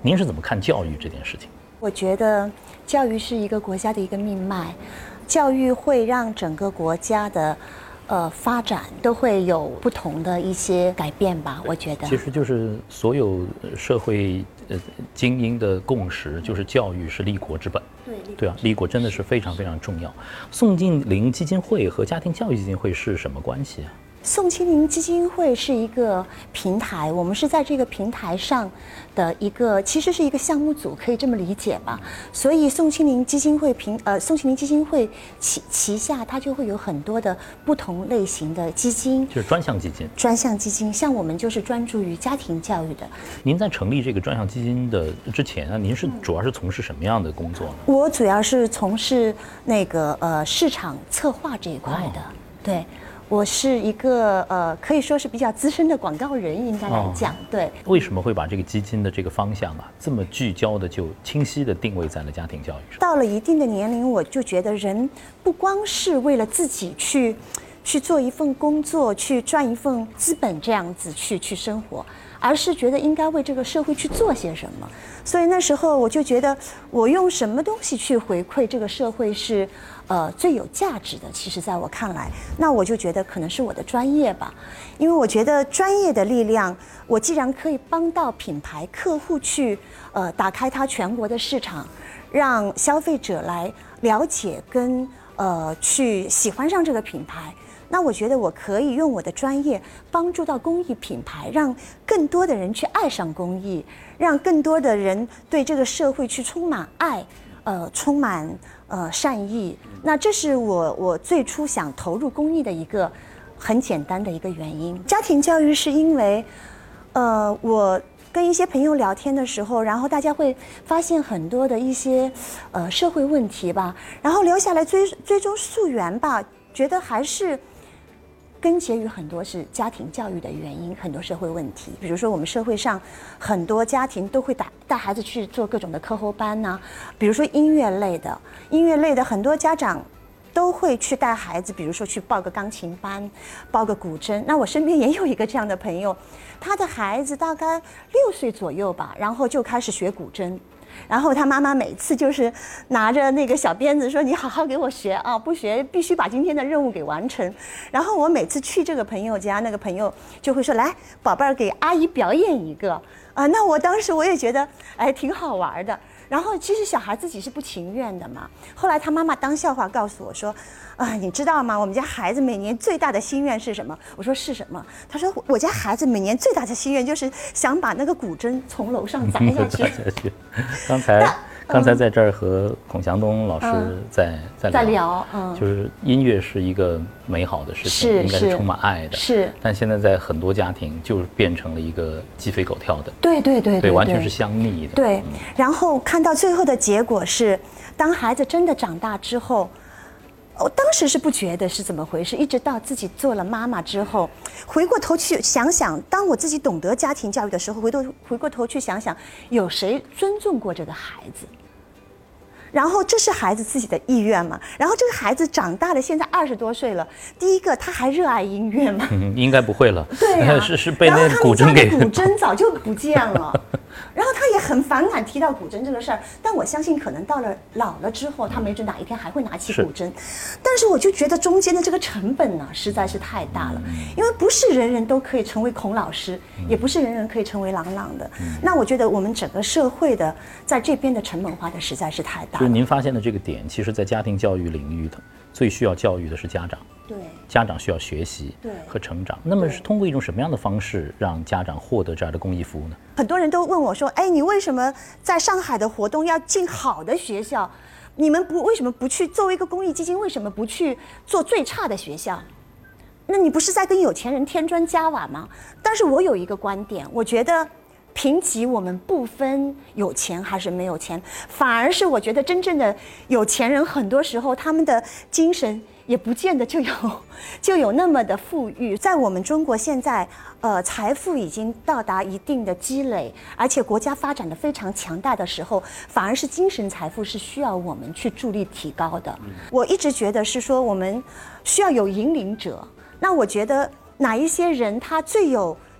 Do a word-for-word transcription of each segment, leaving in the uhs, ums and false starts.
您是怎么看教育这件事情？ 我觉得教育是一个国家的一个命脉，教育会让整个国家的呃发展都会有不同的一些改变吧。我觉得其实就是所有社会呃精英的共识，就是教育是立国之本。 对， 对啊，立国真的是非常非常重要。宋庆龄基金会和家庭教育基金会是什么关系啊？ 宋庆龄基金会是一个平台，我们是在这个平台上的一个，其实是一个项目组，可以这么理解吧。所以宋庆龄基金会平呃宋庆龄基金会旗旗下，它就会有很多的不同类型的基金， 就是专项基金。 专项基金，像我们就是专注于家庭教育的。 您在成立这个专项基金的之前啊，您是主要是从事什么样的工作呢？ 我主要是从事那个呃市场策划这一块的，哦、对。我是一个呃，可以说是比较资深的广告人，应该来讲，哦、对。 为什么会把这个基金的这个方向啊，这么聚焦的就清晰的定位在了家庭教育上？ 到了一定的年龄，我就觉得人不光是为了自己去去做一份工作，去赚一份资本这样子去去生活，而是觉得应该为这个社会去做些什么。所以那时候我就觉得，我用什么东西去回馈这个社会是呃最有价值的。其实在我看来，那我就觉得可能是我的专业吧，因为我觉得专业的力量，我既然可以帮到品牌客户去呃打开它全国的市场，让消费者来了解跟呃去喜欢上这个品牌。那我觉得我可以用我的专业帮助到公益品牌，让更多的人去爱上公益，让更多的人对这个社会去充满爱，呃，充满呃善意。那这是我我最初想投入公益的一个很简单的一个原因。家庭教育是因为，呃，我跟一些朋友聊天的时候，然后大家会发现很多的一些呃社会问题吧，然后留下来追追踪溯源吧，觉得还是根结于很多是家庭教育的原因，很多社会问题。比如说我们社会上很多家庭都会带带孩子去做各种的课后班呐、啊，比如说音乐类的，音乐类的很多家长都会去带孩子，比如说去报个钢琴班，报个古筝。那我身边也有一个这样的朋友，他的孩子大概六岁左右吧，然后就开始学古筝。然后他妈妈每次就是拿着那个小鞭子说：“你好好给我学啊，不学必须把今天的任务给完成。”然后我每次去这个朋友家，那个朋友就会说：“来，宝贝儿，给阿姨表演一个啊。”那我当时我也觉得哎挺好玩的。然后其实小孩自己是不情愿的嘛。后来他妈妈当笑话告诉我说：“啊，你知道吗？我们家孩子每年最大的心愿是什么？”我说：“是什么？”他说：“我家孩子每年最大的心愿就是想把那个古筝从楼上砸下去。” 刚才刚才在这儿和孔祥东老师在、嗯、在聊， 在聊嗯、 就是音乐是一个美好的事情，应该是充满爱的。 是， 但现在在很多家庭就变成了一个鸡飞狗跳的。 对对对 对, 对，完全是相逆的。 对，嗯、然后看到最后的结果是，当孩子真的长大之后。我当时是不觉得是怎么回事，一直到自己做了妈妈之后，回过头去想想，当我自己懂得家庭教育的时候，回头回过头去想想，有谁尊重过这个孩子？然后这是孩子自己的意愿嘛？然后这个孩子长大了，现在二十多岁了。第一个，他还热爱音乐吗？ 嗯、应该不会了。 对呀、啊， 是是被那古筝给古筝早就不见了。然后他也很反感提到古筝这个事儿，但我相信可能到了老了之后，他没准哪一天还会拿起古筝。但是我就觉得中间的这个成本呢，实在是太大了，因为不是人人都可以成为孔老师，也不是人人可以成为郎朗的。那我觉得我们整个社会的在这边的成本化的实在是太大了。 就是您发现的这个点，其实在家庭教育领域的最需要教育的是家长。 对， 家长需要学习和成长。那么是通过一种什么样的方式让家长获得这样的公益服务呢？ 很多人都问我说：“哎，你为什么在上海的活动要进好的学校？你们不为什么不去作为一个公益基金，为什么不去做最差的学校？那你不是在跟有钱人添砖加瓦吗？”但是我有一个观点，我觉得评级我们不分有钱还是没有钱，反而是我觉得真正的有钱人，很多时候他们的精神也不见得就有就有那么的富裕。在我们中国现在，呃，财富已经到达一定的积累，而且国家发展的非常强大的时候，反而是精神财富是需要我们去助力提高的。我一直觉得是说我们需要有引领者。那我觉得哪一些人他最有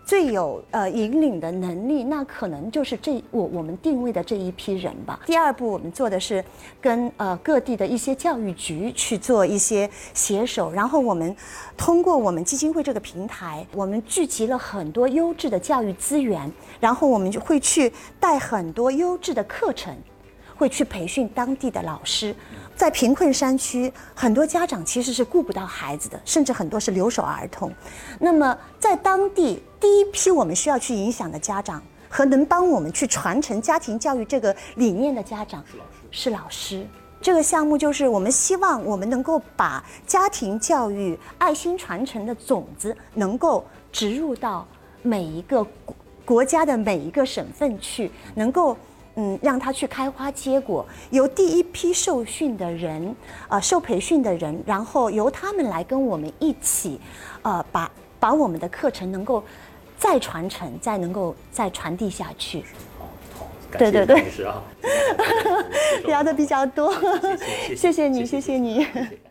最有呃引领的能力，那可能就是这我我们定位的这一批人吧。第二步，我们做的是跟呃各地的一些教育局去做一些携手，然后我们通过我们基金会这个平台，我们聚集了很多优质的教育资源，然后我们就会去带很多优质的课程，会去培训当地的老师。在贫困山区，很多家长其实是顾不到孩子的，甚至很多是留守儿童。那么在当地，第一批我们需要去影响的家长和能帮我们去传承家庭教育这个理念的家长是老师。这个项目就是我们希望我们能够把家庭教育爱心传承的种子能够植入到每一个国家的每一个省份去，能够嗯，让它去开花结果，由第一批受训的人，呃，受培训的人，然后由他们来跟我们一起，呃，把把我们的课程能够再传承，再能够再传递下去。 好， 对对对， 是啊， 聊的比较多， 谢谢谢谢你，谢谢你。 谢谢